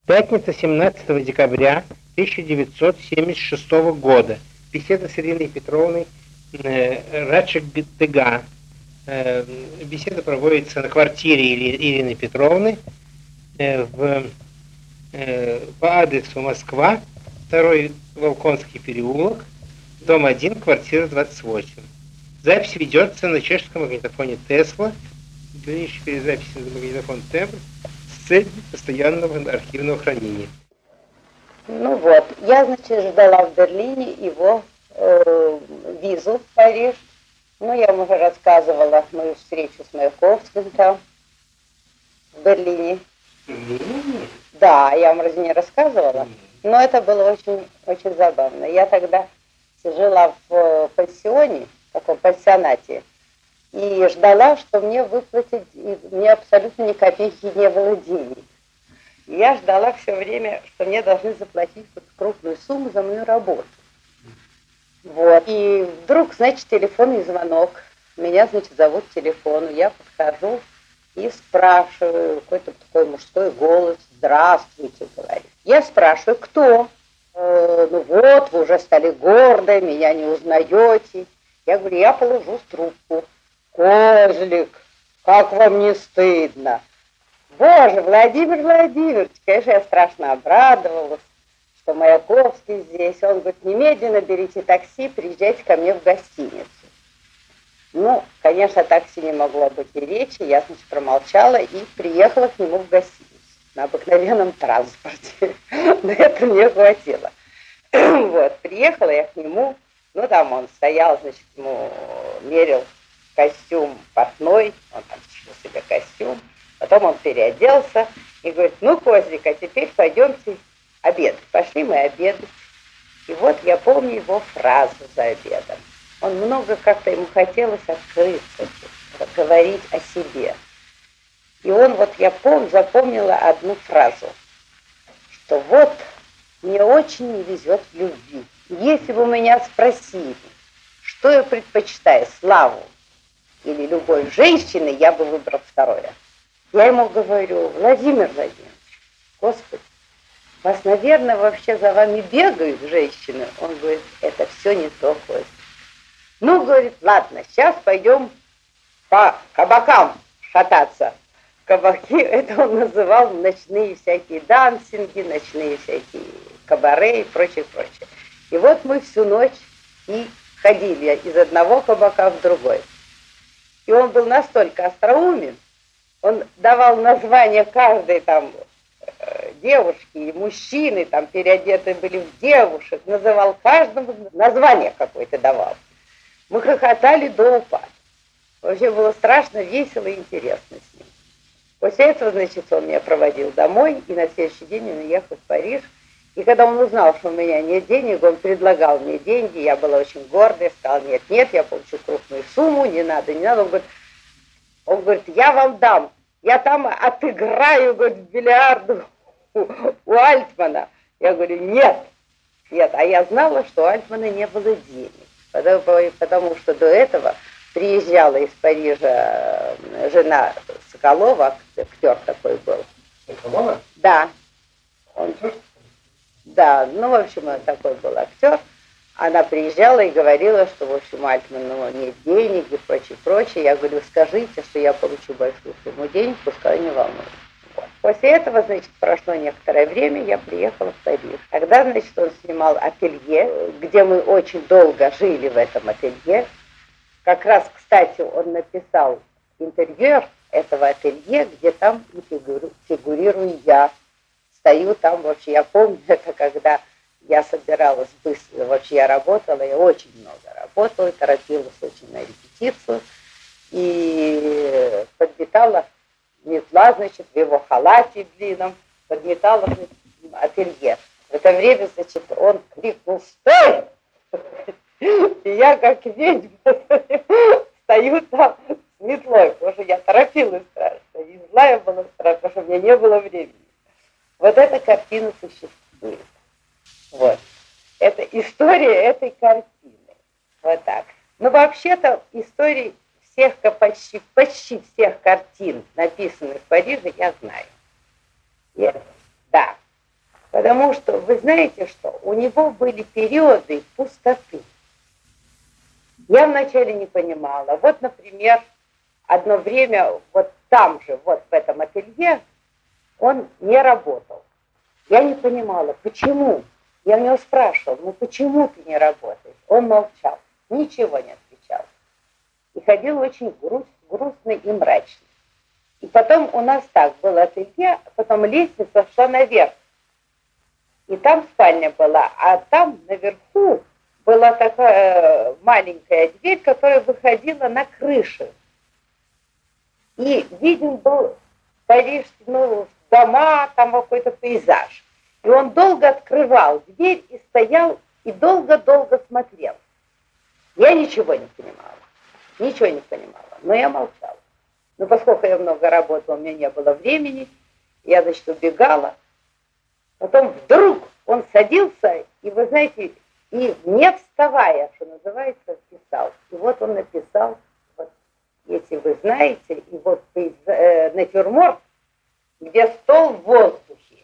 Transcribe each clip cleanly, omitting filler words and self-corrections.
Пятница 17 декабря 1976 года. Беседа с Ириной Петровной Радчик-Дега. Беседа проводится на квартире Ирины Петровны по адресу Москва, 2-й Волконский переулок, дом 1, квартира 28. Запись ведется на чешском магнитофоне Тесла, дальнейшей перезаписи на магнитофон Тембр с целью постоянного архивного хранения. Ну вот, я, значит, ждала в Берлине его визу в Париж. Ну, я вам уже рассказывала мою встречу с Маяковским там, в Берлине. Да, я вам разве не рассказывала? Но это было очень, очень забавно. Я тогда жила в пансионе, в таком пансионате, и ждала, что мне выплатят, и мне абсолютно ни копейки не было денег. И я ждала все время, что мне должны заплатить крупную сумму за мою работу. Вот. И вдруг, значит, телефонный звонок. Меня, значит, зовут к телефону. Я подхожу и спрашиваю, какой-то такой мужской голос: «Здравствуйте», говорит. Я спрашиваю: «Кто?» «Ну вот, вы уже стали гордой, меня не узнаете». Я говорю: «Я положу трубку». «Козлик, как вам не стыдно?» «Боже, Владимир Владимирович!» Конечно, я страшно обрадовалась, что Маяковский здесь. Он говорит: «Немедленно берите такси, приезжайте ко мне в гостиницу». Ну, конечно, такси не могло быть и речи. Я, значит, промолчала и приехала к нему в гостиницу на обыкновенном транспорте. Но это мне хватило. Вот, приехала я к нему. Ну, там он стоял, значит, ему мерил костюм портной. Он там шил себе костюм. Потом он переоделся и говорит: «Ну, Козлик, а теперь пойдемте обедать». Пошли мы обедать. И вот я помню его фразу за обедом. Он много как-то ему хотелось открыться, говорить о себе. И он, вот я запомнила одну фразу, что вот мне очень не везет в любви. Если бы меня спросили, что я предпочитаю, славу или любовь женщины, я бы выбрал второе. Я ему говорю: «Владимир Владимирович, Господи, вас, наверное, вообще за вами бегают женщины». Он говорит: «Это все не то, Костя». Ну, говорит, ладно, сейчас пойдем по кабакам шататься. Кабаки, это он называл ночные всякие дансинги, ночные всякие кабаре и прочее, прочее. И вот мы всю ночь и ходили из одного кабака в другой. И он был настолько остроумен, он давал название каждой там девушки и мужчины, там переодеты были в девушек, называл каждому, название какое-то давал. Мы хохотали до упаду. Вообще было страшно, весело и интересно с ним. После этого, значит, он меня проводил домой, и на следующий день он уехал в Париж. И когда он узнал, что у меня нет денег, он предлагал мне деньги, я была очень гордая, сказала: «Нет, нет, я получу крупную сумму, не надо, не надо». Он говорит: «Я вам дам, я там отыграю, говорит, в бильярду у Альтмана». Я говорю: «Нет, нет». А я знала, что у Альтмана не было денег, потому что до этого приезжала из Парижа жена Соколова, актер такой был. Соколова? Да. Да, ну, в общем, такой был актер. Она приезжала и говорила, что, в общем, Альтману нет денег и прочее, прочее. Я говорю: «Скажите, что я получу большую сумму денег, пускай не волнуется». Вот. После этого, значит, прошло некоторое время, я приехала в Париж. Тогда, значит, он снимал ателье, где мы очень долго жили в этом ателье. Как раз, кстати, он написал интерьер этого ателье, где там фигурирую я. Стою там, вообще, я помню, это когда я собиралась быстро, вообще я работала, я очень много работала, торопилась очень на репетицию, и подметала метла, значит, в его халате длинном, подметала ателье. В это время, значит, он крикнул: «Стой!» И я, как ведьма, стою там с метлой, потому что я торопилась страшно, и злая была страшно, потому что у меня не было времени. Вот эта картина существует. Вот. Это история этой картины. Вот так. Но вообще-то истории всех, почти всех картин, написанных в Париже, я знаю. Да. Потому что, вы знаете что, у него были периоды пустоты. Я вначале не понимала. Вот, например, одно время вот там же, вот в этом ателье, он не работал. Я не понимала, почему. Я у него спрашивала, ну почему ты не работаешь? Он молчал, ничего не отвечал. И ходил очень грустный и мрачный. И потом у нас так было ателье, потом лестница шла наверх. И там спальня была, а там наверху была такая маленькая дверь, которая выходила на крышу. И виден был парижский, ну, дома, там какой-то пейзаж. И он долго открывал дверь и стоял, и долго-долго смотрел. Я ничего не понимала, но я молчала. Но поскольку я много работала, у меня не было времени, я, значит, убегала. Потом вдруг он садился, и, вы знаете, и не вставая, что называется, писал. И вот он написал, вот, если вы знаете, и вот натюрморт, где стол в воздухе.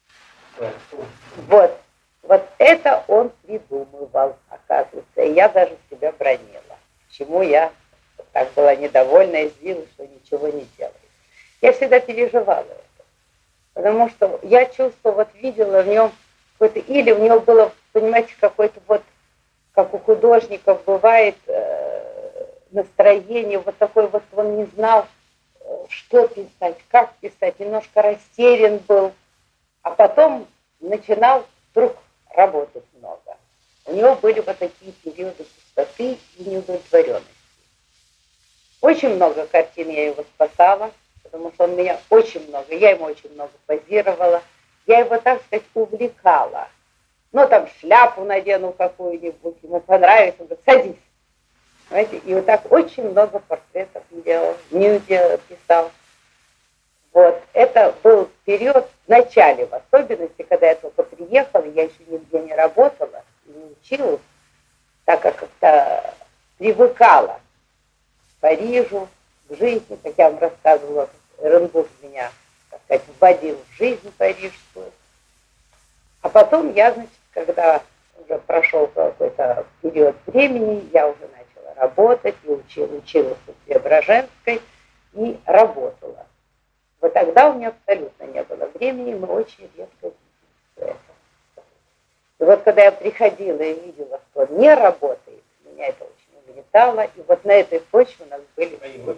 Вот это он придумывал, оказывается. И я даже себя бронила. Чему я так была недовольна и злилась, что ничего не делаю. Я всегда переживала это. Потому что я чувствовала, вот видела в нем какой-то, или у него было, понимаете, какой-то вот, как у художников бывает, настроение, вот такой вот, он не знал, что писать, как писать, немножко растерян был, а потом начинал вдруг работать много. У него были вот такие периоды пустоты и неудовлетворенности. Очень много картин я его спасала, потому что он меня очень много, я ему очень много позировала, я его, так сказать, увлекала. Ну, там шляпу надену какую-нибудь, ему понравится, он говорит, садись. Понимаете? И вот так очень много портретов делал, нюде писал. Вот, это был период в начале, в особенности, когда я только приехала, я еще нигде не работала, не училась, так как-то привыкала к Парижу, к жизни, как я вам рассказывала, Эренбург меня, так сказать, вводил в жизнь парижскую. А потом я, значит, когда уже прошел какой-то период времени, я уже начала работать, и училась в Преображенской и работала. Вот тогда у меня абсолютно не было времени, мы очень редко видели все это. И вот когда я приходила и видела, что он не работает, меня это очень угнетало, и вот на этой почве у нас были...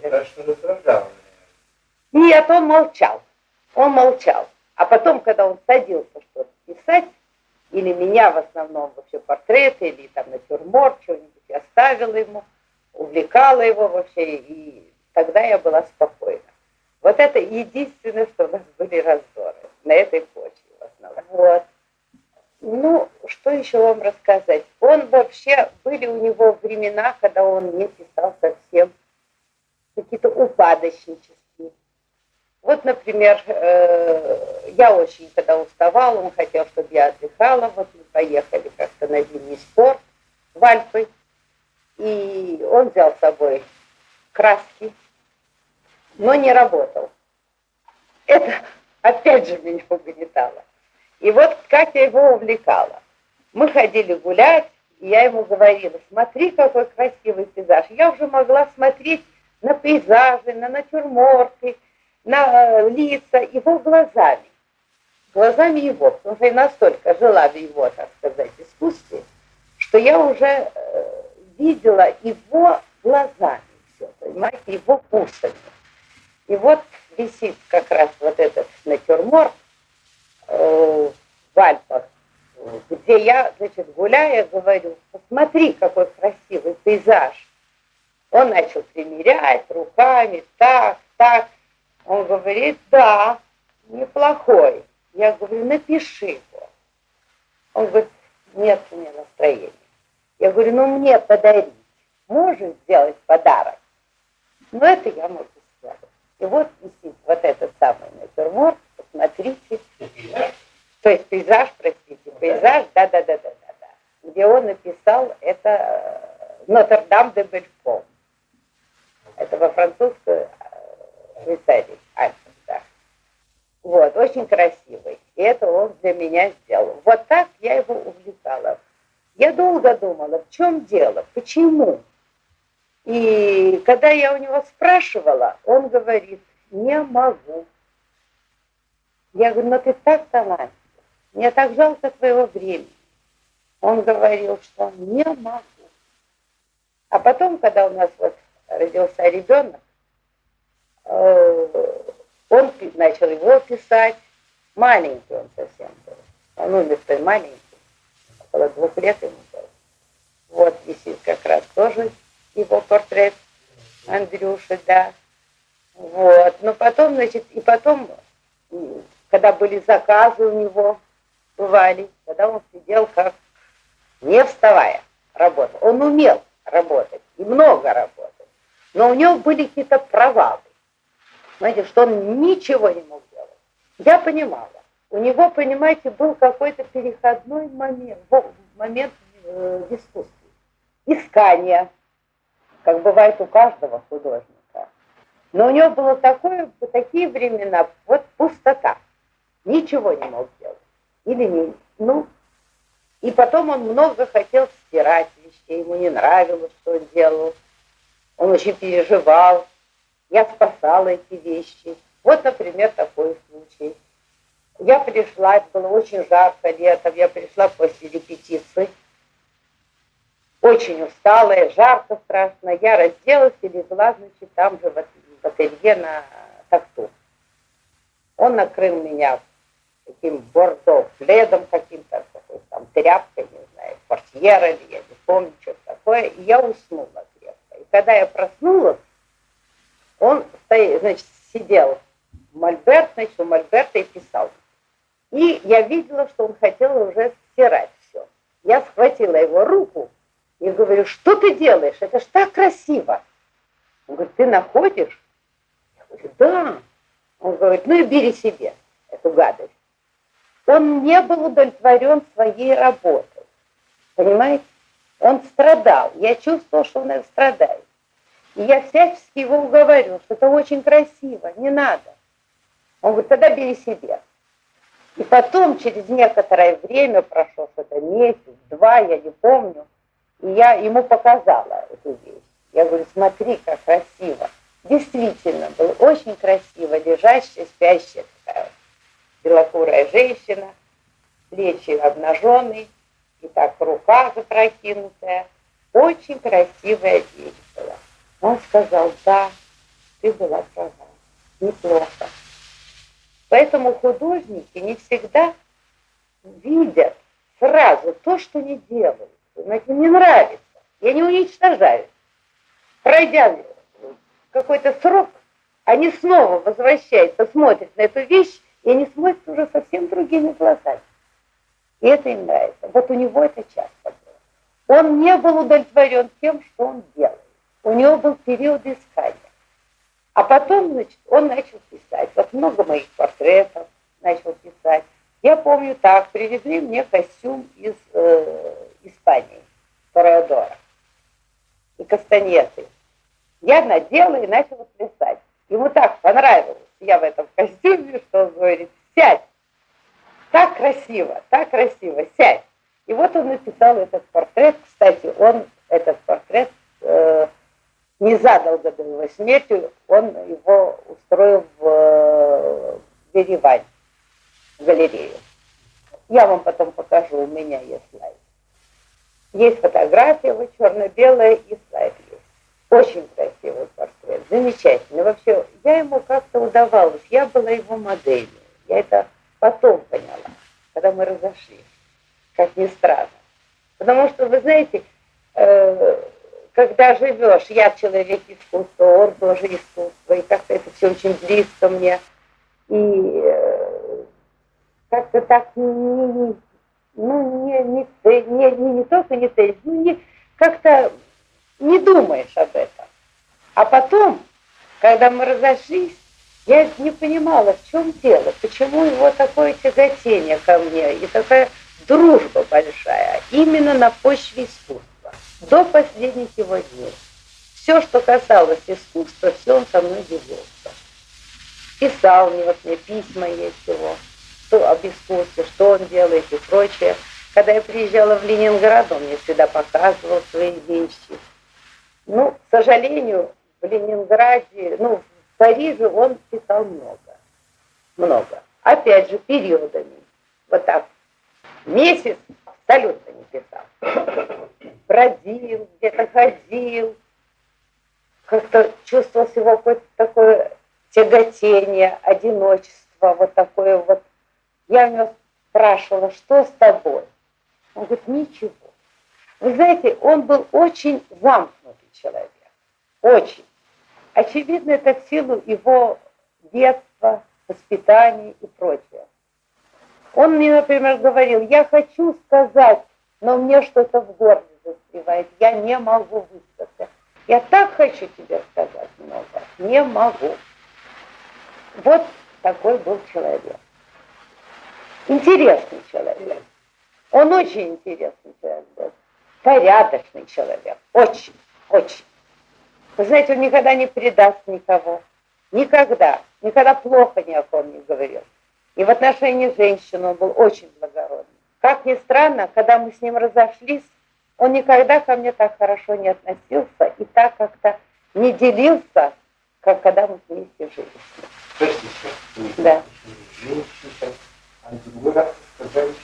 Нет, он молчал. А потом, когда он садился что-то писать, или меня в основном вообще портреты, или там натюрморт, что-нибудь я ставила ему, увлекала его вообще, и тогда я была спокойна. Вот это единственное, что у нас были раздоры на этой почве в основном. Вот. Ну, что еще вам рассказать? Он вообще, были у него времена, когда он не писал совсем, какие-то упадочнические. Вот, например, я очень, когда уставала, он хотел, чтобы я отдыхала, вот мы поехали как-то на зимний спорт в Альпы, и он взял с собой краски, но не работал. Это опять же меня угнетало. И вот как я его увлекала. Мы ходили гулять, и я ему говорила, смотри, какой красивый пейзаж. Я уже могла смотреть на пейзажи, на натюрморты, на лица его глазами. Глазами его, потому что я настолько жила в его, так сказать, искусстве, что я уже видела его глазами все, понимаете, его вкусами. И вот висит как раз вот этот натюрморт в Альпах, где я, значит, гуляя, говорю, посмотри, какой красивый пейзаж. Он начал примерять руками, так. Он говорит, да, неплохой. Я говорю, напиши его. Он говорит, нет у меня настроения. Я говорю, ну мне подарить. Можешь сделать подарок? Ну это я могу сделать. И вот висит вот этот самый натюрморт, посмотрите. То есть пейзаж, простите, пейзаж, да. Где он написал, это Нотр-Дам-де-Бельфом. Это во французской Швейцарии, Альпах, да. Вот, очень красивый. и это он для меня сделал. Вот так я его увлекала. Я долго думала, в чем дело, почему. И когда я у него спрашивала, он говорит, не могу. Я говорю, но ты так талантлив, мне так жалко твоего времени. Он говорил, что не могу. А потом, когда у нас вот родился ребенок, он начал его писать. Маленький он совсем был. Он умер маленький, около 2 лет ему было. Вот висит как раз тоже его портрет Андрюши, да. Вот. Но потом, значит, и потом, когда были заказы у него, бывали, когда он сидел как не вставая, работал. Он умел работать и много работать, но у него были какие-то провалы. Знаете, что он ничего не мог делать. Я понимала. У него, понимаете, был какой-то переходной момент в искусстве. Искание, как бывает у каждого художника. Но у него было такие времена, вот пустота. Ничего не мог делать. Или не, и потом он много хотел стирать вещей, ему не нравилось, что он делал. Он очень переживал. Я спасала эти вещи. Вот, например, такой случай. Я пришла, это было очень жарко летом, я пришла после репетиции. Очень усталая, жарко страшно. Я разделась и легла, значит, там же в ателье на тахту. Он накрыл меня таким бордо пледом каким-то, там тряпкой, не знаю, портьера или я не помню, что такое. И я уснула крепко. И когда я проснулась, он сидел в мольберт, значит, у мольберта и писал. И я видела, что он хотел уже стирать все. Я схватила его руку и говорю, что ты делаешь? Это ж так красиво. Он говорит, ты находишь? Я говорю, да. Он говорит, ну и бери себе эту гадость. Он не был удовлетворен своей работой. Понимаете? Он страдал. Я чувствовала, что он страдает. И я всячески его уговорила, что это очень красиво, не надо. Он говорит, тогда бери себе. И потом, через некоторое время, прошел что-то месяц, 2, я не помню, и я ему показала эту вещь. Я говорю, смотри, как красиво. Действительно, было очень красиво, лежащая, спящая такая белокурая женщина, плечи обнаженные, и так рука запрокинутая. Очень красивая вещь была. Он сказал, да, ты была права, неплохо. Поэтому художники не всегда видят сразу то, что не делают. Знаете, не нравится. Я не уничтожаю. Пройдя какой-то срок, они снова возвращаются, смотрят на эту вещь, и они смотрят уже совсем другими глазами. И это им нравится. Вот у него это часто было. Он не был удовлетворен тем, что он делает. У него был период искания. А потом, значит, он начал писать. Вот много моих портретов начал писать. Я помню так, привезли мне костюм из Испании, Тореадора и кастаньеты. Я надела и начала плясать. Ему так понравилось, я в этом костюме, что он говорит, сядь, так красиво, сядь. И вот он написал этот портрет. Кстати, он этот портрет незадолго до его смерти, он его устроил в Еревань, в галерею. Я вам потом покажу, у меня есть слайд. Есть фотография, вот черно-белая, и слайд есть. Очень красивый портрет, замечательный. Вообще, я ему как-то удавалось, я была его моделью. Я это потом поняла, когда мы разошлись, как ни странно. Потому что, вы знаете, когда живешь, я человек искусства, он тоже искусство, и как-то это все очень близко мне. И как-то так не только не теннис, как-то не думаешь об этом. А потом, когда мы разошлись, я не понимала, в чем дело, почему его такое тяготение ко мне и такая дружба большая, именно на почве искусства. До последних его дней. Все, что касалось искусства, все он со мной делился. Писал мне, вот мне письма есть его, что об искусстве, что он делает и прочее. Когда я приезжала в Ленинград, он мне всегда показывал свои вещи. Ну, к сожалению, в Ленинграде, ну, в Париже он писал много. Много. Опять же, периодами. Вот так. Месяц абсолютно не писал. Бродил, где-то ходил. Как-то чувствовал себя какое-то такое тяготение, одиночество, вот такое вот. Я у него спрашивала, что с тобой? Он говорит, ничего. Вы знаете, он был очень замкнутый человек. Очень. Очевидно, это в силу его детства, воспитания и прочее. Он мне, например, говорил, я хочу сказать, но мне что-то в горле застревает, я не могу высказаться. Я так хочу тебе сказать много, не могу. Вот такой был человек. Интересный человек. Он очень интересный человек был. Порядочный человек. Очень, очень. Вы знаете, он никогда не предаст никого. Никогда. Никогда плохо ни о ком не говорил. И в отношении женщин он был очень благородный. Как ни странно, когда мы с ним разошлись, он никогда ко мне так хорошо не относился и так как-то не делился, как когда мы вместе жили. Простите, да. А другой раз сказали,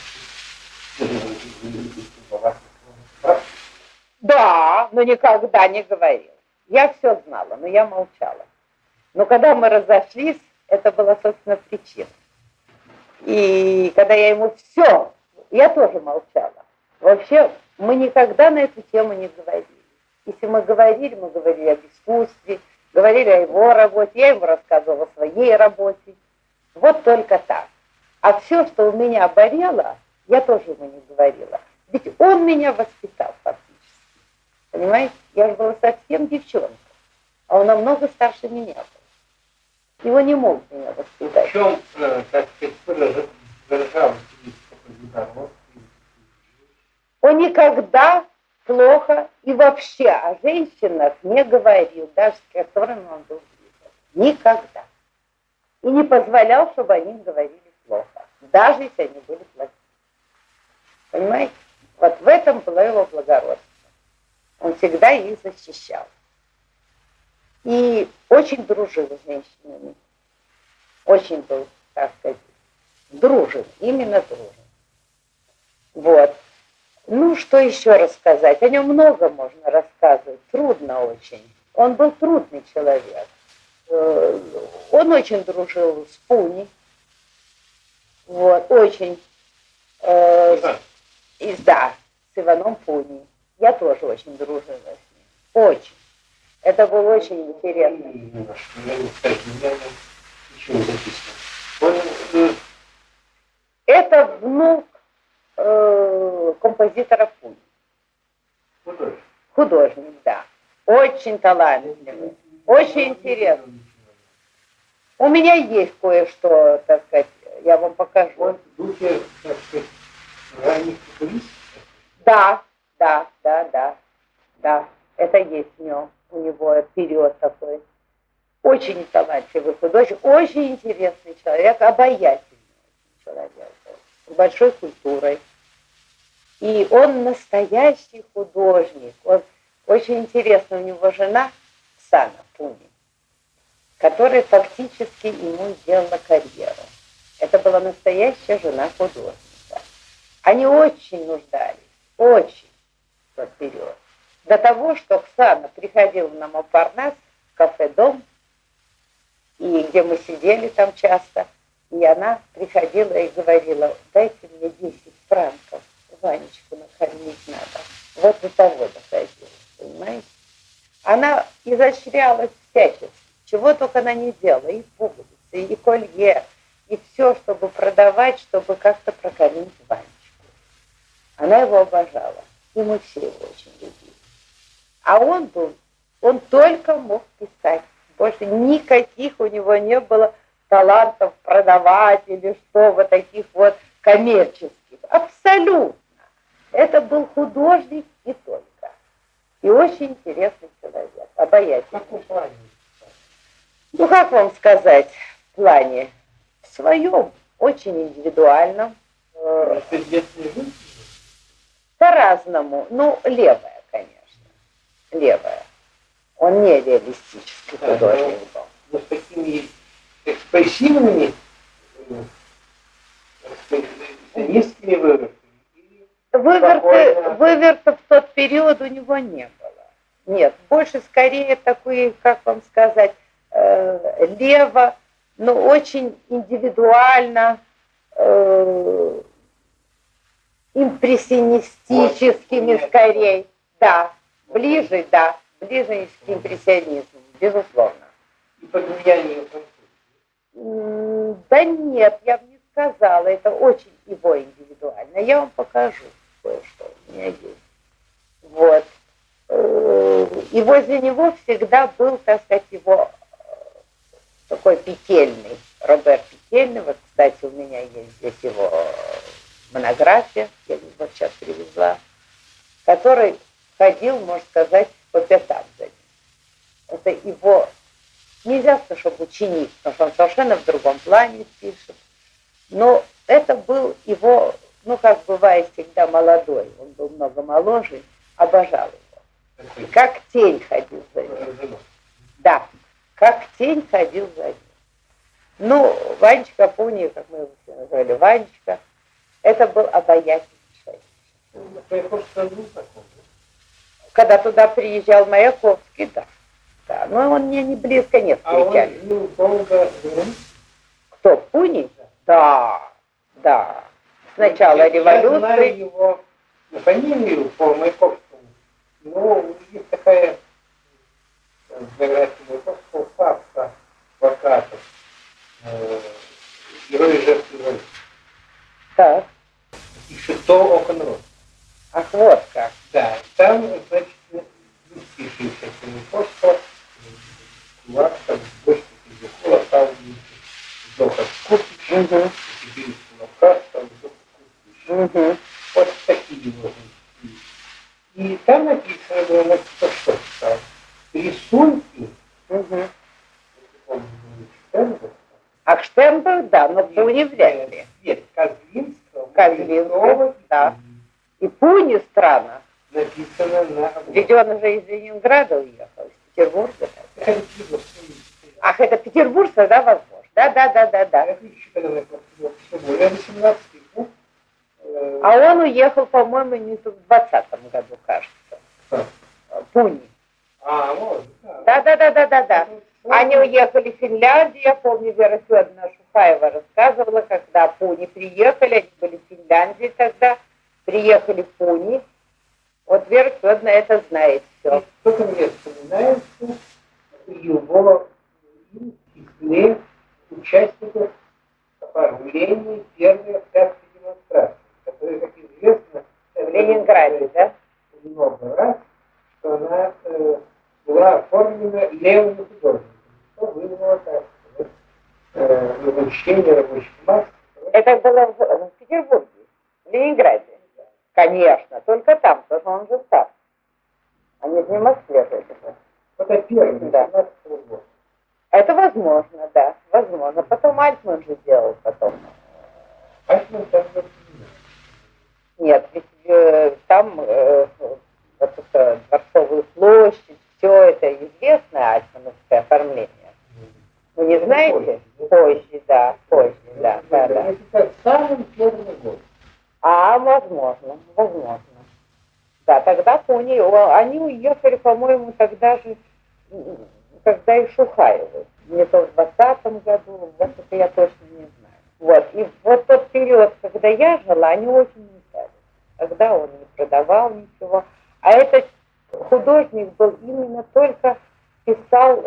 что да, но никогда не говорил. Я все знала, но я молчала. Но когда мы разошлись, это была, собственно, причина. И когда я ему все, я тоже молчала. Вообще, мы никогда на эту тему не говорили. Если мы говорили об искусстве, говорили о его работе, я ему рассказывала о своей работе. Вот только так. А все, что у меня болело, я тоже ему не говорила. Ведь он меня воспитал фактически. Понимаете? Я же была совсем девчонка. А он намного старше меня был. Его не мог меня воспитать. В чем, так сказать, выражалось благодарность? Он никогда плохо и вообще о женщинах не говорил, даже с которыми он был близок. Никогда. И не позволял, чтобы они говорили плохо, даже если они были плохие. Понимаете? Вот в этом было его благородство. Он всегда их защищал. И очень дружил с женщинами. Очень был, так сказать, дружен, именно дружен. Вот. Ну, что еще рассказать? О нем много можно рассказывать, трудно очень. Он был трудный человек. Он очень дружил с Пуни. Вот, очень. Да, с Иваном Пуни. Я тоже очень дружила с ним. Очень. Это было очень интересно. Это внук композитора Пуни. Художник, да. Очень талантливый. Очень интересный. У меня есть кое-что, так сказать, я вам покажу. Он в духе, так сказать, ранних популистов? Да. Это есть в нем. У него период такой. Очень талантливый художник, очень интересный человек, обаятельный человек, с большой культурой. И он настоящий художник. Он очень интересно, у него жена Сана Пуни, которая фактически ему сделала карьеру. Это была настоящая жена художника. Они очень нуждались, очень в тот период. До того, что Оксана приходила на Монпарнас, в кафе «Дом», и где мы сидели там часто, и она приходила и говорила, дайте мне 10 франков, Ванечку накормить надо. Вот до того доходила, понимаете? Она изощрялась всячески, чего только она не делала, и пуговицы, и колье, и все, чтобы продавать, чтобы как-то прокормить Ванечку. Она его обожала, и мы все его очень любили. А он только мог писать. Больше никаких у него не было талантов продавать или что, вот таких вот коммерческих. Абсолютно. Это был художник и только. И очень интересный человек, обаятельный. В каком плане? Ну, как вам сказать, в плане? В своем очень индивидуально. По-разному. Ну, левая, конечно. Левая. Он не реалистический художник был. Но с такими экспрессивными, низкими вывертами. Вывертов в тот период у него не было. Нет, больше скорее такой, как вам сказать, лево, но очень индивидуально, импрессионистическими скорее. Да, ближе к импрессионизму, безусловно. И под влиянием французов? Да нет, я бы не сказала, это очень его индивидуально. Я вам покажу кое-что, у меня есть. Вот. И возле него всегда был, так сказать, его такой Петельный, Робер Петельный. Вот, кстати, у меня есть здесь его монография, я его сейчас привезла, который ходил, можно сказать, по пятам за ним. Это его, нельзя сказать, чтобы ученик, потому что он совершенно в другом плане пишет, но это был его, ну, как бывает всегда молодой, он был много моложе, обожал его. И как тень ходил за ним. Да, как тень ходил за ним. Ну, Ванечка, помню, как мы его все называли, Ванечка, это был обаятельный человек. Когда туда приезжал Маяковский, да. Да, но он мне не близко не встречали. А он жил долго? Кто, Пуни? Да, да. С начала революции. Я знаю его фамилию по Маяковскому, но у них есть такая биография Маяковского, Савка Вакатов, герой жертвы революции. Так. И шестого окон роста. Ах, вот как. Да, там, значит, пишется Маяковского, Кулаков, больше Кизюкова, там Доха Купич, теперь Кулаков, там Доха Купич. Вот такие его. И там написано было, что там рисунки, Ах, Штемберг, да, но Пуни вряд ли. Нет, Козлинского, да. И Пуни странно. написано на... Ведь он уже из Ленинграда уехал, из Петербурга. Ах, это Петербург, да, возможно. Да. Это еще когда написано, более 18 год. А он уехал, по-моему, не в 20-м году, кажется. Пуни. А, вот, да. Да. Они уехали в Финляндию, я помню, Вера Федоровна Шухаева рассказывала, когда Пуни приехали, они были в Финляндии тогда, приехали в Пуни. Вот Вера Федоровна это знает все. Только мне вспоминается его числе участников оформления первой октябрьской демонстрации, которая, как известно, в Ленинграде, да? Много раз, что она была оформлена левыми художниками. Что вызвало, так сказать, возмущение рабочих масс. Это было в Петербурге, в Ленинграде. Конечно, только там, потому что он же сам. Они же не в Москве жили. Это первый, да. 17 год. Это возможно, да, возможно. Потом Альтман же делал потом. Альтман там не нет, ведь там вот это Дворцовую площадь, все это известное альтмановское оформление. Вы не знаете? Позже, да. Это самый первый год. А, возможно. Да, тогда Пуни, они уехали, по-моему, тогда же, когда и Шухаевы. Не то в 20-м году, вот это я точно не знаю. Вот, и вот тот период, когда я жила, они очень мечтали. Тогда он не продавал ничего. А этот художник был именно только писал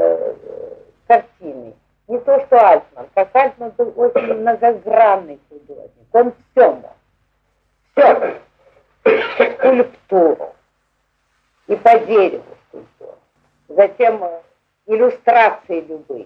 картины. Не то, что Альтман. Как Альтман был очень многогранный художник. Он все мог. Все. Скульптуру. И по дереву скульптуру. Затем иллюстрации любые.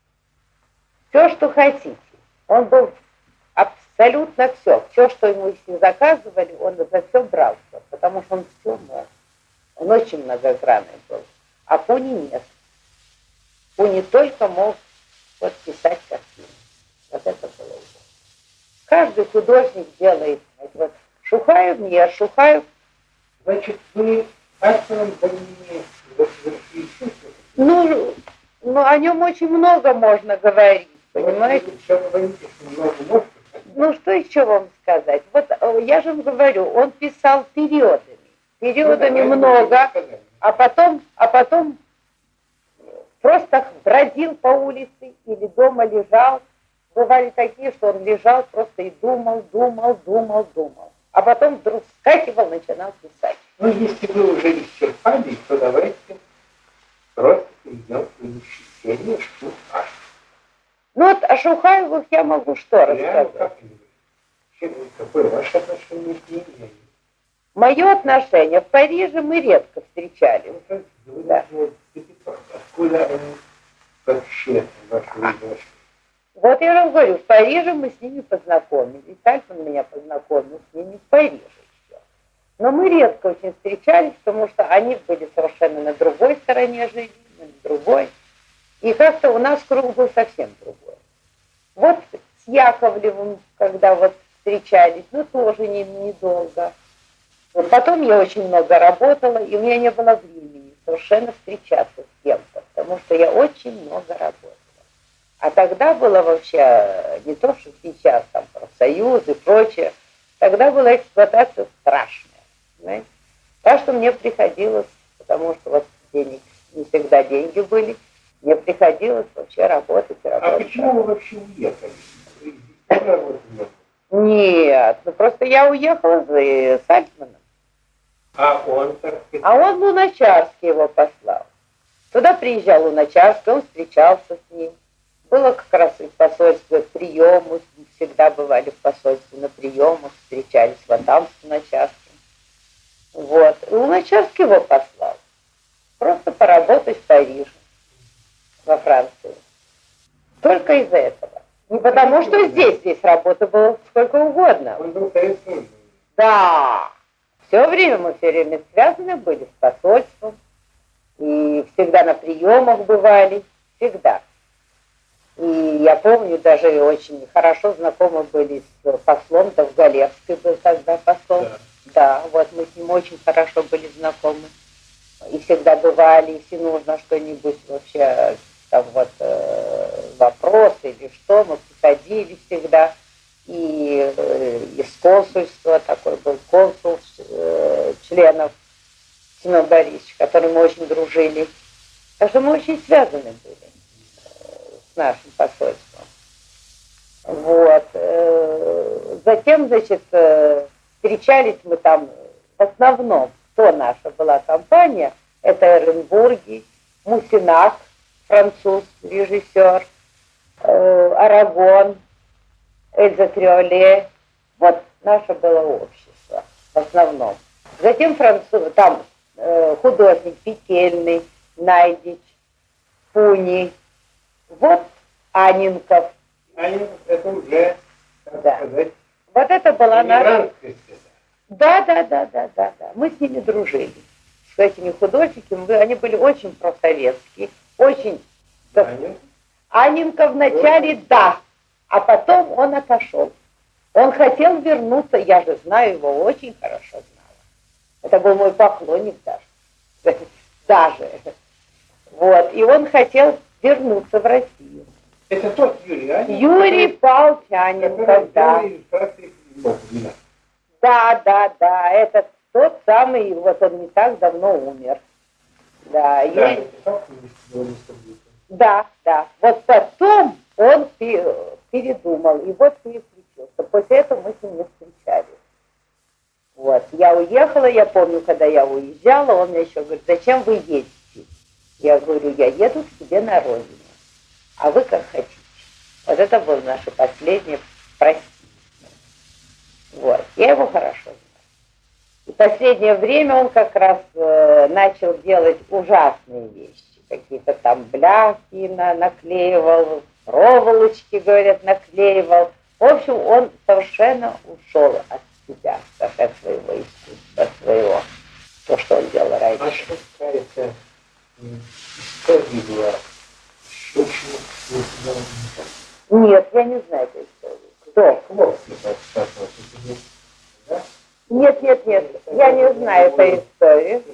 Все, что хотите. Он был абсолютно все. Все, что ему если заказывали, он за все брался. Потому что он все мог. Он очень многогранный был. А Пуни нет. Пуни только мог вот писать картины. Вот это было его. Каждый художник делает. Вот Шухаев нет, Шухаев... Значит, вы автором более Ну, о нем очень много можно говорить, понимаете? Ну, что еще вам сказать? Вот я же вам говорю, он писал периодами много, а потом просто бродил по улице или дома лежал. Бывали такие, что он лежал просто и думал. А потом вдруг вскакивал, начинал писать. Ну, если вы уже исчерпали, то давайте просто перейдем к изучению Шухаева. Ну вот о Шухаевых я могу что рассказать? Какое ваше отношение к ним? Мое отношение, в Париже мы редко встречались. Да. Откуда они вообще вошли? Вот я вам говорю, в Париже мы с ними познакомились. Тальфон меня познакомил с ними в Париже еще. Но мы редко очень встречались, потому что они были совершенно на другой стороне жизни, на другой. И как-то у нас круг был совсем другой. Вот с Яковлевым, когда вот встречались, ну тоже недолго. Вот потом я очень много работала, и у меня не было времени совершенно встречаться с кем-то, потому что я очень много работала. А тогда было вообще не то, что сейчас, там, профсоюз и прочее. Тогда была эксплуатация страшная. Знаете? Так что мне приходилось, потому что вот денег, не всегда деньги были, мне приходилось вообще работать и работать. А почему вы вообще уехали? Нет, ну просто я уехала с Альтманом. А он так сказать... А он Луначарский его послал. Туда приезжал Луначарский, он встречался с ним. Было как раз и в посольстве приемы, всегда бывали в посольстве на приемах, встречались вот там с Луначарским. Вот. И Луначарский его послал. Просто поработать в Париже, во Франции. Только из-за этого. Не потому, что здесь работы было сколько угодно. Он был советским. Да. Все время связаны были с посольством. И всегда на приемах бывали. Всегда. И я помню, даже очень хорошо знакомы были с послом Довголевский был тогда посол. Да, вот мы с ним очень хорошо были знакомы. И всегда бывали, если нужно что-нибудь вообще, там вот вопросы или что, мы приходили всегда. И из консульства, такой был консул членов Семен Борисович, с которым мы очень дружили. Так что мы очень связаны были с нашим посольством. Вот. Затем, значит, встречались мы там в основном, кто наша была компания, это Эренбурги, Мусинак, француз, режиссер, Арагон, Эльза Триоле. Вот наше было общество в основном. Затем там художник Петельный, Найдич, Пуни, вот Анинков. Анинков это уже, как сказать, вот это была наша... Да. Мы с ними дружили. С этими художниками. Они были очень просоветские. Очень... Анинков вначале да, а потом он отошел. Он хотел вернуться, я же знаю его, очень хорошо знала. Это был мой поклонник даже. Даже. Вот. И он хотел вернуться в Россию. Это тот Юрий Анинков? Юрий Павлович Анинков, да. Да, это тот самый, вот он не так давно умер. Да, да. Вот потом он передумал, и вот переключился. После этого мы с ним не встречались. Вот, я уехала, я помню, когда я уезжала, он мне еще говорит, зачем вы едете? Я говорю, я еду к себе на родину, а вы как хотите. Вот это было наше последнее «прости». Вот, я его хорошо знаю. И в последнее время он как раз начал делать ужасные вещи. Какие-то там бляхи наклеивал, проволочки, говорят, наклеивал. В общем, он совершенно ушел от себя, как от своего искусства, своего, то, что он делал раньше. А что касается истории была очень... Нет, я не знаю этой истории. Что? Нет, я не знаю этой истории.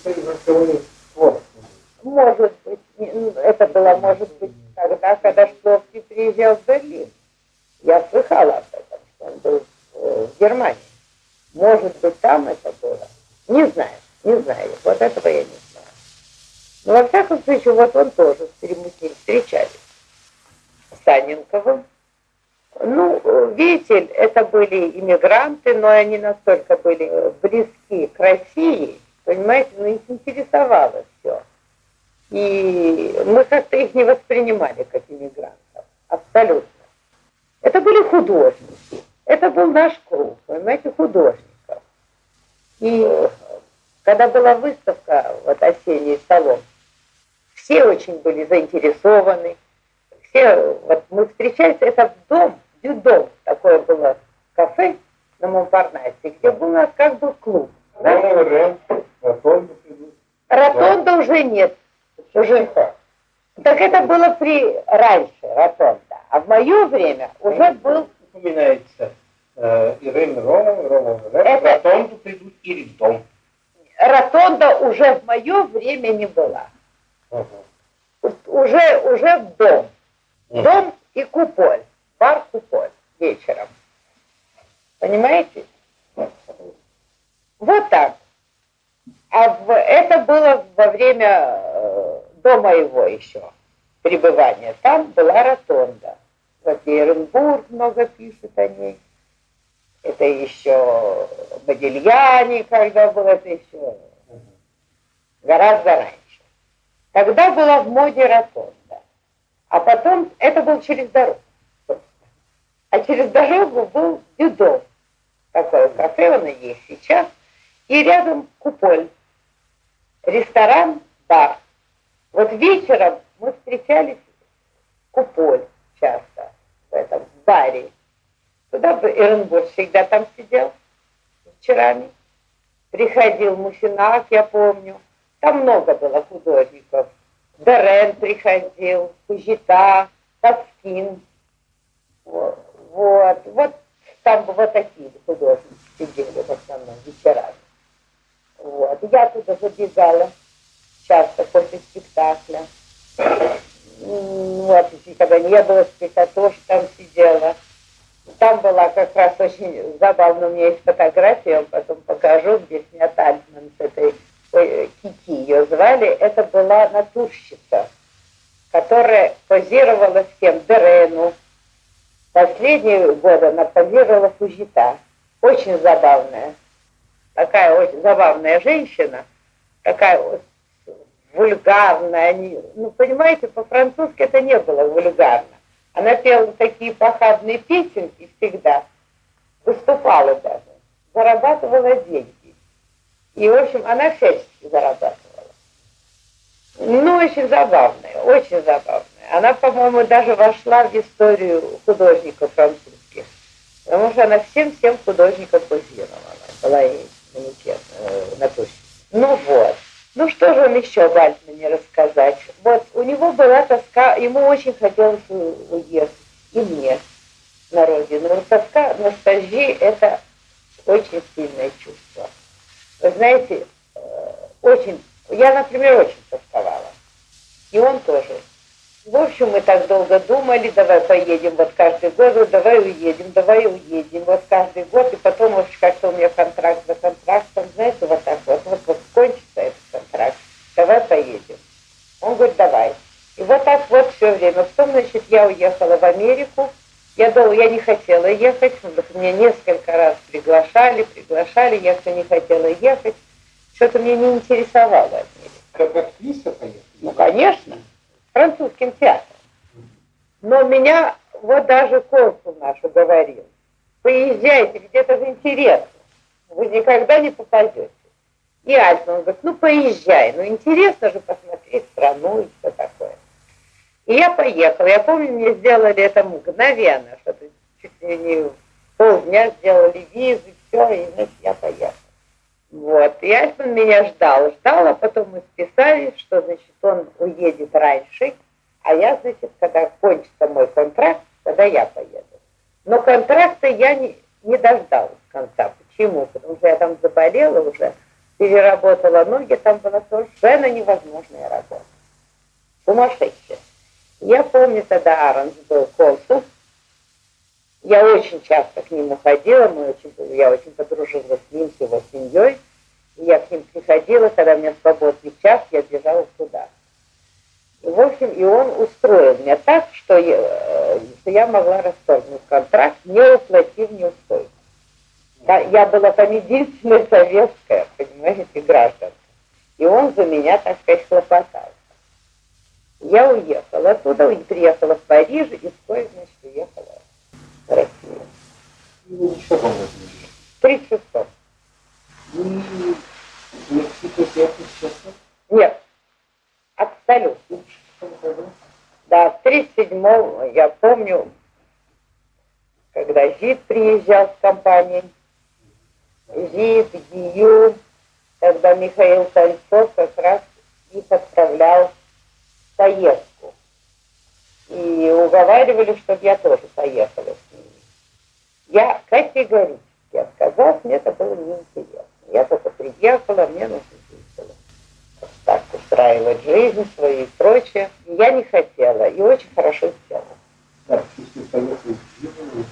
Может быть, это было, может быть, тогда, когда Шкловский приезжал в Берлин. Я слыхала об этом, что он был в Германии. Может быть, там это было. Не знаю. Вот этого я не знаю. Но во всяком случае, вот он тоже, мы с ним встречались. С Анненковым. Ну, видите, это были иммигранты, но они настолько были близки к России, понимаете, ну их интересовало все. И мы как-то их не воспринимали как иммигрантов. Абсолютно. Это были художники. Это был наш круг, понимаете, художников. И когда была выставка, вот осенний салон, все очень были заинтересованы. Все, вот мы встречались, это дом, такое было кафе на Монпарнасе, где был у нас как бы клуб. Да? Ротонда уже нет. Уже. Так это было раньше, ротонда. А в мое время уже был... Упоминается Ирена Ромова, ротонду придут или в дом. Ротонда уже в мое время не была. Уже в дом. Дом и куполь. Бар куполь вечером. Понимаете? Вот так. Это было во время до моего еще пребывания. Там была ротонда. Вот Еренбург много пишет о ней. Это еще Бодильяни, когда был, это еще гораздо раньше. Тогда была в моде ротонда. А потом это был через дорогу. А через дорогу был Дюдо. Такое кафе, он и есть сейчас. И рядом куполь. Ресторан, бар. Вот вечером мы встречались в куполь часто, в этом баре. Туда бы Эренбург всегда там сидел вечерами. Приходил Мусинак, я помню. Там много было художников. Дерен приходил, Фужита, Тоскин. Вот там вот такие художники сидели в основном вечерами. Вот. Я туда забегала часто после спектакля. Вот, когда не было спектакля, тоже там сидела. Там была как раз очень забавно, у меня есть фотография, я вам потом покажу, где снят Альтман с этой Кики, ее звали. Это была натурщица, которая позировала всем, Дерену. Последние годы она позировала Фужита. Очень забавная. Такая очень забавная женщина, такая вульгарная. Ну, понимаете, по-французски это не было вульгарно. Она пела такие похабные песенки всегда, выступала даже, зарабатывала деньги. И, в общем, она всячески зарабатывала. Ну, очень забавная, очень забавная. Она, по-моему, даже вошла в историю художников французских, потому что она всем художникам позировала. Была ей натурщица. Ну вот. Ну что же вам еще об Альтмане рассказать? Вот у него была тоска, ему очень хотелось уехать, и мне на родину. Но тоска, ностальгия – это очень сильное чувство. Вы знаете, я, например, очень тосковала. И он тоже. В общем, мы так долго думали, давай поедем вот каждый год, давай уедем, вот каждый год, и потом уж как-то у меня контракт за контрактом, знаете, вот так вот кончится этот контракт, давай поедем. Он говорит, давай. И вот так вот все время. Потом, значит, я уехала в Америку, я не хотела ехать, меня несколько раз приглашали, я все не хотела ехать, что-то мне не интересовало Америка. Как актриса поехала? Ну, конечно. Французским театром. Но меня вот даже консул наш говорил, поезжайте, где-то же интересно, вы никогда не попадете. И Альтман говорит, ну поезжай, ну интересно же посмотреть страну и все такое. И я поехала, я помню, мне сделали это мгновенно, что-то чуть ли не полдня сделали визы, все, и значит я поехала. Вот, и Альтман меня ждал, а потом мы списались, что, значит, он уедет раньше, а я, значит, когда кончится мой контракт, тогда я поеду. Но контракта я не дождалась конца. Почему? Потому что я там заболела уже, переработала ноги, там была совершенно невозможная работа. Сумасшедшая. Я помню, тогда Аронс был консул. Я очень часто к нему ходила, я очень подружилась с ним, с его семьей. И я к ним приходила, когда у меня свободный час, я бежала туда. И, в общем, и он устроил меня так, что я могла расторгнуть контракт, не уплатив неустойку. Я была там единственная советская, понимаете, гражданка. И он за меня, так сказать, хлопотал. Я уехала оттуда, приехала в Париж, и вскоре, значит, уехала в Россию. Ничего вам не 36. Нет, абсолютно. Да, в 37-м, я помню, когда Жид приезжал с компанией, Жид, Гию, тогда Михаил Кольцов как раз их отправлял в поездку. И уговаривали, чтобы я тоже поехала с ними. Я категорически отказалась, мне это было неинтересно. Я только приехала, мне нужно было так устраивать жизнь свою и прочее. И я не хотела, и очень хорошо сделала. Так, если поехали в Гию,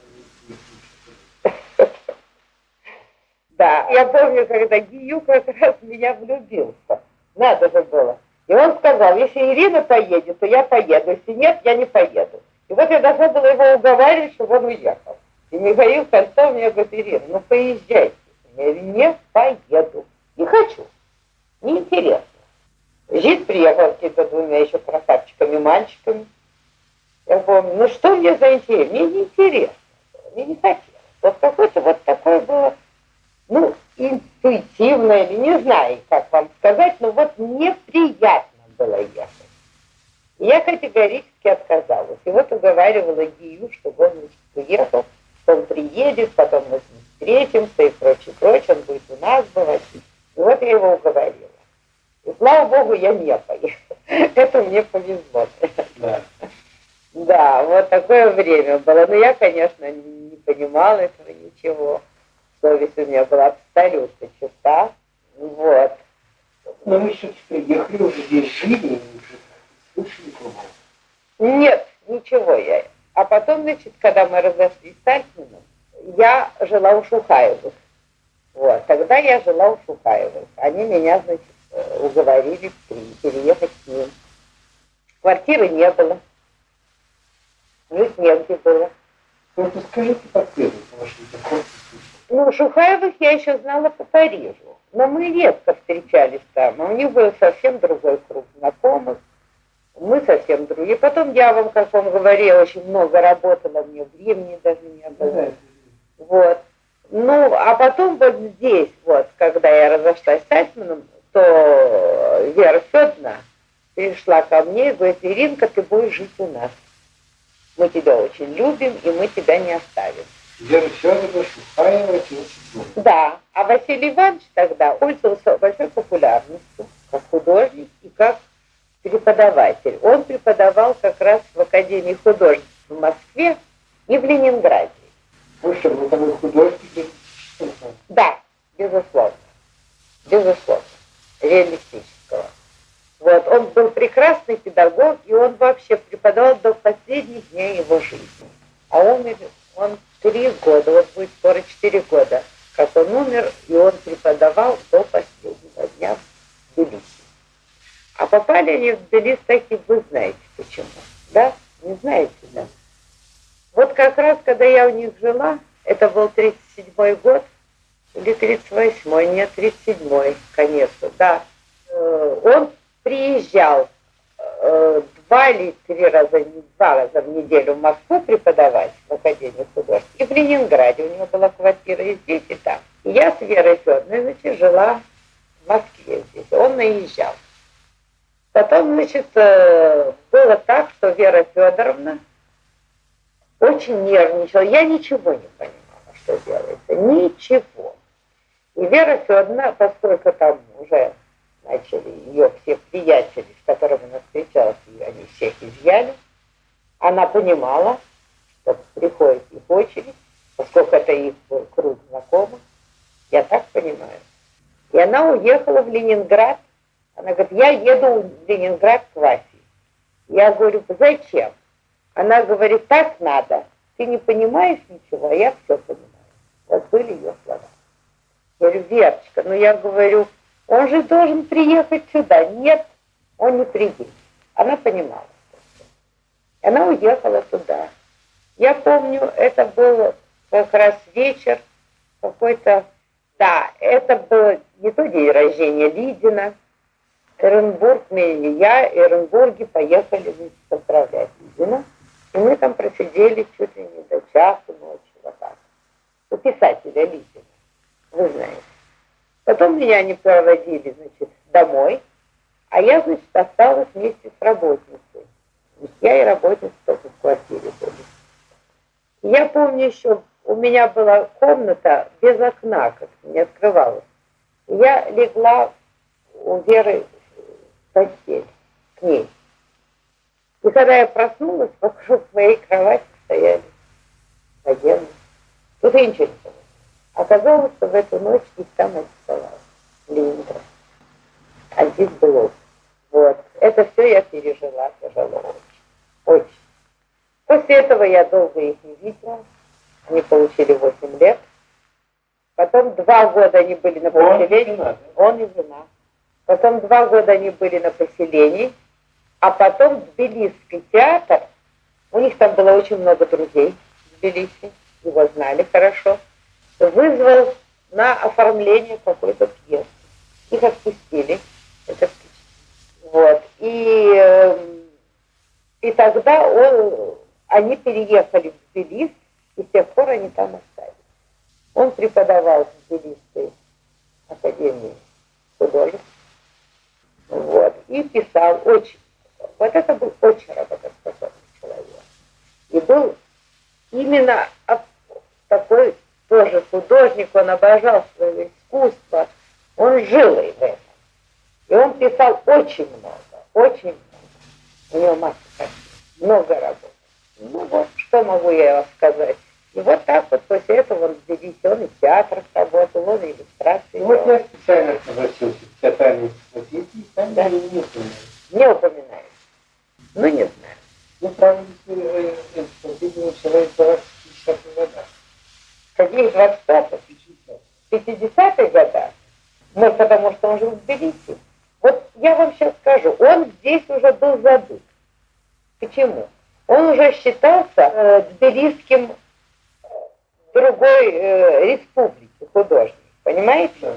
да, я помню, когда Гию как раз в меня влюбился. Надо же было. И он сказал, если Ирина поедет, то я поеду. Если нет, я не поеду. И вот я должна была его уговаривать, чтобы он уехал. И Михаил Кольцов мне говорит, Ирина, ну поезжайте. Я говорю, не поеду. Не хочу. Неинтересно. Жид приехал с какими-то двумя еще красавчиками-мальчиками. Я помню, ну что мне за интерес? Мне неинтересно. Мне не хотелось. Вот какое-то вот такое было, ну, интуитивное, или не знаю, как вам сказать, но вот неприятно было ехать. И я категорически отказалась. И вот уговаривала Гию, чтобы он уехал, что он приедет, потом мы с ним встретимся и прочее, прочее, он будет у нас бывать. И вот я его уговорила. И слава богу, я не поехала. Это мне повезло. да. Да, вот такое время было. Но я, конечно, не понимала этого ничего. Совесть у меня была абсолютно чиста. Вот. Но вы все-таки приехали, уже здесь жили, и уже слышали кругом. Нет, ничего я. А потом, значит, когда мы разошлись с Альтманом, я жила у Шухаевых. Вот, тогда я жила у Шухаевых. Они меня, значит, уговорили переехать к ним. Квартиры не было. Жить негде было. Ну, скажите последовательно, потому что это просто слышно. Ну, Шухаевых я еще знала по Парижу. Но мы редко встречались там. У них был совсем другой круг знакомых. Мы совсем другие. Потом я вам, как вам говорила, очень много работала, мне времени даже не было. Вот. Ну, а потом вот здесь, вот, когда я разошлась с Альтманом, то Вера Федоровна пришла ко мне и говорит, Иринка, ты будешь жить у нас. Мы тебя очень любим, и мы тебя не оставим. Вера Федоровна, Шухаева, да, а Василий Иванович тогда пользовался большой популярностью как художник и как преподаватель. Он преподавал как раз в Академии художеств в Москве и в Ленинграде. Больше был художник. Да, безусловно. Безусловно. Реалистического. Вот, он был прекрасный педагог, и он вообще преподавал до последних дней его жизни. А умер он 3 года, вот будет скоро 4 года, как он умер, и он преподавал до последнего дня в Тбилиси. А попали они в Тбилиси такие, вы знаете почему, да? Не знаете, да? Вот как раз, когда я у них жила, это был 37-й год, или 38-й, нет, 37-й, конечно, да. Он приезжал 2 или 3 раза, 2 раза в неделю в Москву преподавать в Академии художеств. И в Ленинграде у него была квартира и здесь, и там. И я с Верой Федоровной, значит, жила в Москве здесь. Он наезжал. Потом, значит, было так, что Вера Федоровна очень нервничала. Я ничего не понимала, что делается. Ничего. И Вера Федоровна, поскольку там уже начали ее все приятели, с которыми она встречалась, они всех изъяли, она понимала, Вот приходит их очередь, поскольку это их был круг знакомых, я так понимаю. И она уехала в Ленинград. Она говорит, я еду в Ленинград к Васе. Я говорю, зачем? Она говорит, так надо. Ты не понимаешь ничего, а я все понимаю. Вот были ее слова. Я говорю, Верочка, ну я говорю, он же должен приехать сюда. Нет, он не приедет. Она понимала. Она уехала туда. Я помню, это был как раз вечер какой-то. Да, это был не то день рождения Лидина. Эренбург, я и Эренбурге поехали поздравлять Лидина. И мы там просидели чуть ли не до часу ночи. Вот так. У писателя Лидина. Вы знаете. Потом меня они проводили, значит, домой. А я, значит, осталась вместе с работницей. Я и работница только в квартире были. Я помню еще, у меня была комната без окна, как-то не открывалась. Я легла у Веры в постель, к ней. И когда я проснулась, вокруг моей кровати стояли военные. Тут я ничего не поняла. Оказалось, что в эту ночь их там арестовали. Ленинград. А здесь был. Вот. Это все я пережила тяжело очень. Очень. После этого я долго их не видела. Они получили 8 лет. Потом 2 года они были на поселении. Он и жена. Потом 2 года они были на поселении. А потом Тбилисский театр. У них там было очень много друзей в Тбилиси. Его знали хорошо. Вызвал на оформление какой-то пьесы. Их отпустили. Это вот. И тогда они переехали в Тбилис, и с тех пор они там остались. Он преподавал в Тбилисской академии художеств. Вот. И писал очень. Вот это был очень работоспособный человек. И был именно такой тоже художник, он обожал свое искусство, он жил и в этом. И он писал очень много, очень много. У него масса картин, много работ. Ну вот, что могу я вам сказать. И вот так вот после этого он в Тбилиси, он и в театрах работал, он и иллюстрации. Вот я специально согласился в театральной энциклопедии, там да. Не упоминаю. Не упоминаю. Ну, не знаю. Ну, правда, энциклопедия началась в 50-х годах. Каких 20-х? 50-х годах? Ну, потому что он жил в Тбилиси. Вот я вам сейчас скажу, он здесь уже был забыт. Почему? Он уже считался тбилисским другой республики художник. Понимаете?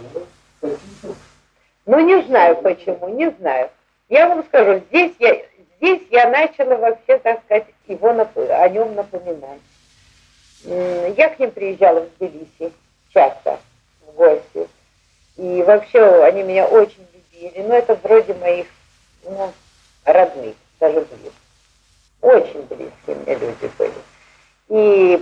Ну, не знаю почему, не знаю. Я вам скажу, здесь я начала вообще, так сказать, о нем напоминать. Я к ним приезжала в Тбилиси часто в гости. И вообще они меня очень любили. Ну, это вроде моих родных, даже близких. Очень близкие мне люди были.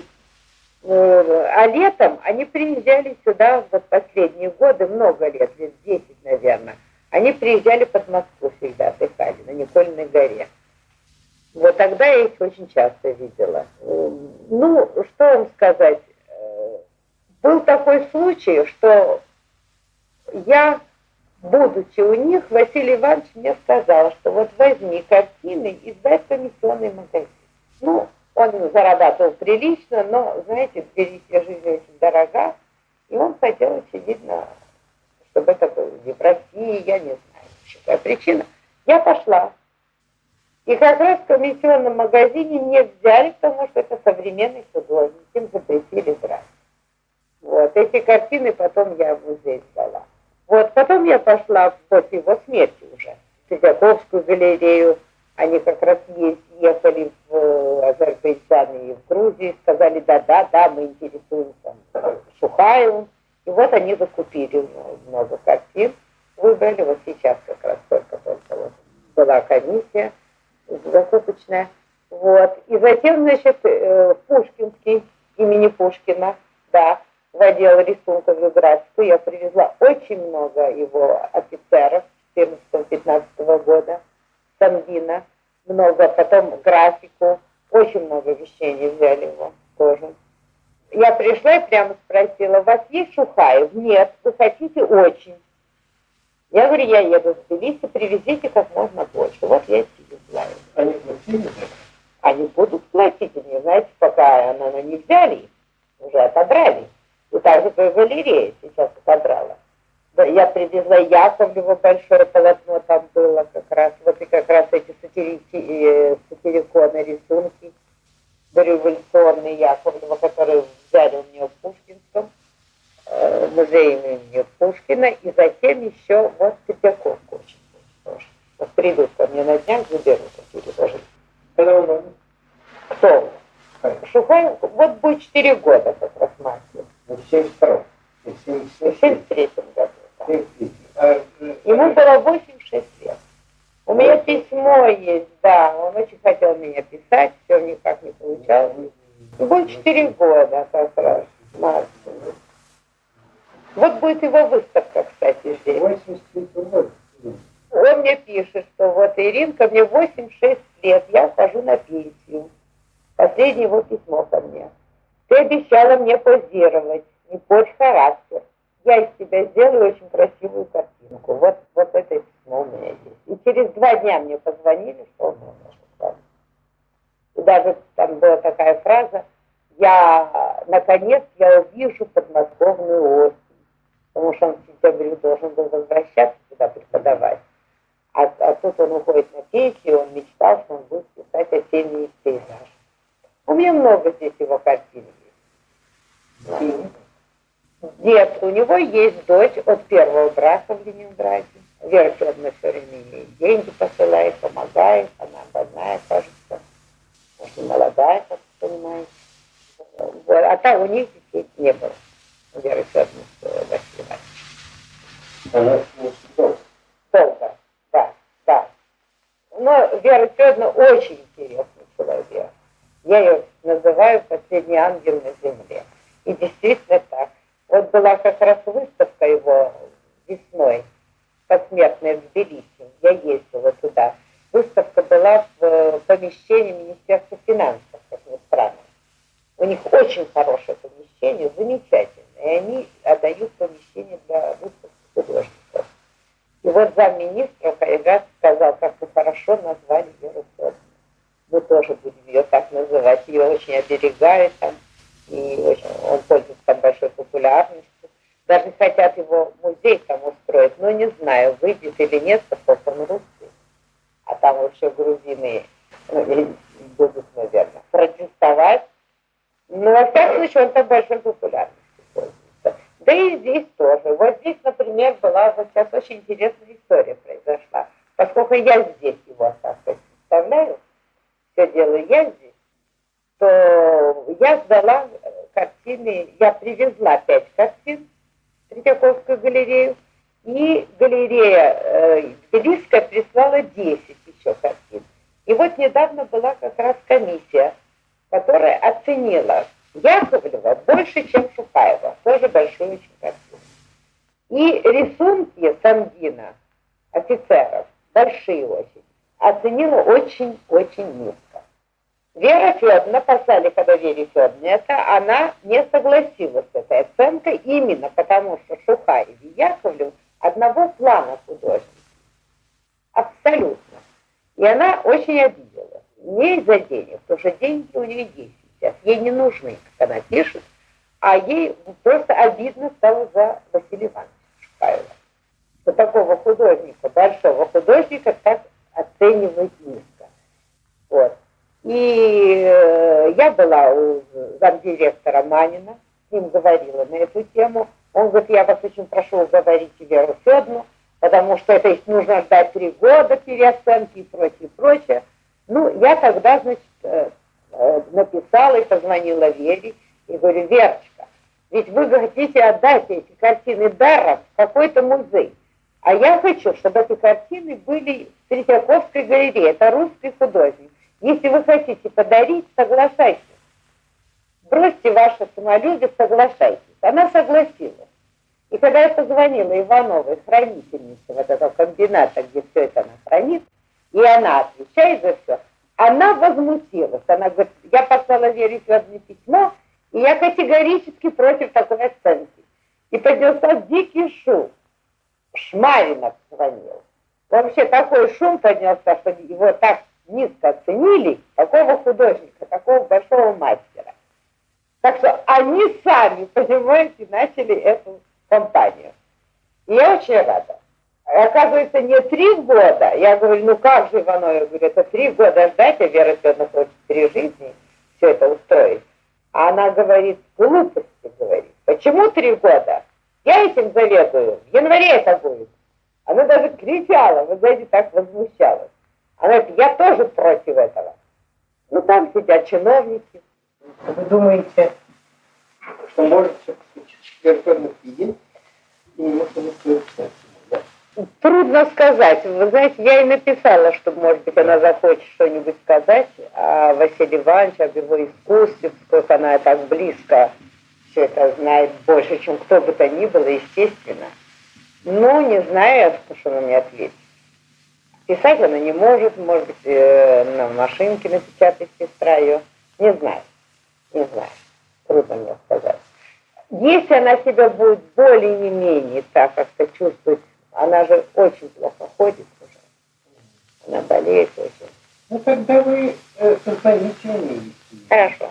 А летом они приезжали сюда, вот последние годы, много лет 10, наверное. Они приезжали под Москву всегда, отдыхали на Никольной горе. Вот тогда я их очень часто видела. Ну, что вам сказать? Был такой случай, что я, будучи у них, Василий Иванович мне сказал, что вот возьми картины и сдай в комиссионный магазин. Ну, он зарабатывал прилично, но, знаете, в Тбилиси жизнь очень дорога, и он хотел учредить, чтобы это было не в России, я не знаю, какая причина. Я пошла. И как раз в комиссионном магазине не взяли, потому что это современный художник, им запретили брать. Вот, эти картины потом я в музей сдала. Вот, потом я пошла после его смерти уже в Третьяковскую галерею. Они как раз ехали в Азербайджан и в Грузию, сказали, да, мы интересуемся Шухаевым. И вот они закупили много картин, выбрали, вот сейчас как раз только вот была комиссия закупочная. Вот. И затем, значит, Пушкинский, имени Пушкина, да, в отдел рисунков и графику я привезла очень много его офицеров 14-15 года, Самгина, много, потом графику, Очень много вещей не взяли его тоже. Я пришла и прямо спросила, у вас есть Шухаев? Нет, вы хотите очень. Я говорю, я еду в Тбилиси, привезите как можно больше. Вот я тебе знаю. Они платили? Они будут платить, не знаете, пока она не взяли, уже отобрали. И так же, как галерея сейчас отобрала. Я привезла Яковлева, большое полотно там было как раз. Вот и как раз эти сатириконы, рисунки дореволюционные Яковлева, которые взяли у нее в Пушкинском музее имени Пушкина. И затем еще вот Третьяковку очень тоже. Вот придут ко мне на днях, заберут эти тоже. Когда он умер? Кто? Шухаев, вот будет 4 года как раз мастер. В 72-м. В 73-м году. Да. Ему было 86 лет. У меня письмо есть, да, он очень хотел меня писать, все никак не получалось. И будет 4 года как раз максимум. Вот будет его выставка, кстати, здесь. 83 год. Он мне пишет, что вот, Иринка, мне 86 лет, я ухожу на пенсию. Последнее его письмо ко мне. Ты обещала мне позировать, не порть характер. Я из тебя сделаю очень красивую картинку. Вот это письмо у меня есть. И через 2 дня мне позвонили, что он умер. И даже там была такая фраза, наконец я увижу подмосковную осень. Потому что он в сентябре должен был возвращаться туда преподавать. А тут он уходит на пенсию, он мечтал, что он будет писать осенние пейзажи. У меня много здесь его картин есть. Нет, у него есть дочь от первого брака в Ленинграде. Вера Федоровна все время ей деньги посылает, помогает, она больная, кажется. Может, молодая, как вы понимаете. Вот. А так у них детей не было. У Веры Федоровны Васильевны. Она долго. Долго, да. Но Вера Федоровна очень интересный человек. Я ее называю «Последний ангел на земле». И действительно так. Вот была как раз выставка его весной, посмертная в Тбилиси. Я ездила туда. Выставка была в помещении Министерства финансов, как ни странно. У них очень хорошее помещение, замечательное. И они отдают помещение для выставки художников. И вот замминистра Кайгас сказал, как вы хорошо назвали Веру Федоровну. Мы тоже будем ее так называть. Ее очень оберегают там. И очень, он пользуется там большой популярностью. Даже хотят его музей там устроить, но не знаю, выйдет или нет, поскольку он русский. А там вообще грузины будут, наверное, протестовать. Но, во всяком случае, он там большой популярностью пользуется. Да и здесь тоже. Вот здесь, например, была вот сейчас очень интересная история произошла. Поскольку я здесь его, так сказать, представляю, все делаю я здесь, то я сдала картины, я привезла 5 картин в Третьяковскую галерею, и галерея Тбилисская прислала 10 еще картин. И вот недавно была как раз комиссия, которая оценила Яковлева больше, чем Шухаева, тоже большую очень картину. И рисунки Сангина, офицеров, большие очень, оценила очень-очень низко. Вера Федоровна, послали, когда Вере Федоровне это, она не согласилась с этой оценкой, именно потому что Шухаев и Яковлев одного плана художники. Абсолютно. И она очень обиделась. Не из-за денег, потому что деньги у нее есть сейчас. Ей не нужны, как она пишет, а ей просто обидно стало за Василия Ивановича Шухаева. Что такого художника, большого художника, так оценивать низко. Вот. И я была у замдиректора Манина, с ним говорила на эту тему. Он говорит, я вас очень прошу уговорить Веру Федоровну, потому что это нужно ждать 3 года переоценки и прочее, прочее. Ну, я тогда, значит, написала и позвонила Вере и говорю, Верочка, ведь вы хотите отдать эти картины даром в какой-то музей. А я хочу, чтобы эти картины были в Третьяковской галерее. Это русский художник. Если вы хотите подарить, соглашайтесь. Бросьте ваше самолюбие, соглашайтесь. Она согласилась. И когда я позвонила Ивановой, хранительнице вот этого комбината, где все это она хранит, и она отвечает за все, Она возмутилась. Она говорит, я послала Вере Федоровне письмо, и я категорически против такой оценки. И поднялся дикий шум. Шмаринов звонил. Вообще такой шум поднялся, что его так низко оценили, такого художника, такого большого мастера. Так что они сами, понимаете, начали эту кампанию. И я очень рада. Оказывается, не 3 года. Я говорю, ну как же, Иванова, я говорю, это 3 года ждать, а Вера Федоровна хочет 3 жизни все это устроить. А она говорит, глупости, говорит. Почему 3 года? Я этим заведую. В январе это будет. Она даже кричала, вы знаете, так возмущалась. Она говорит, я тоже против этого. Ну там сидят чиновники. Вы думаете, что может Вера Федоровна сидеть и не может устроиться? Трудно сказать. Вы знаете, я и написала, что, может быть, она захочет что-нибудь сказать о Василии Ивановиче, об его искусстве, сколько она так близко все это знает, больше, чем кто бы то ни было, естественно. Но не знаю, что она мне ответит. Писать она не может быть, на машинке напечатает сестра ее. Не знаю. Трудно мне сказать. Если она себя будет более или менее так как-то чувствовать, она же очень плохо ходит уже. Она болеет очень. Ну, тогда вы создаете вместе. Хорошо.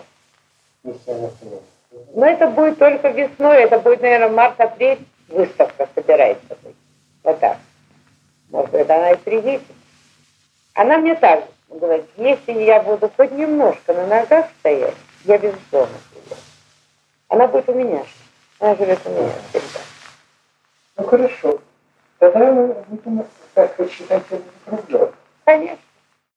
Но это будет только весной, это будет, наверное, март-апрель, выставка собирается быть. Вот так. Может быть, она и приедет. Она мне так говорит, если я буду хоть немножко на ногах стоять, я безусловно приеду. Она будет у меня. Она живет у меня всегда. Ну, хорошо. Тогда вы будем, как вы считаете, закруглять. Конечно.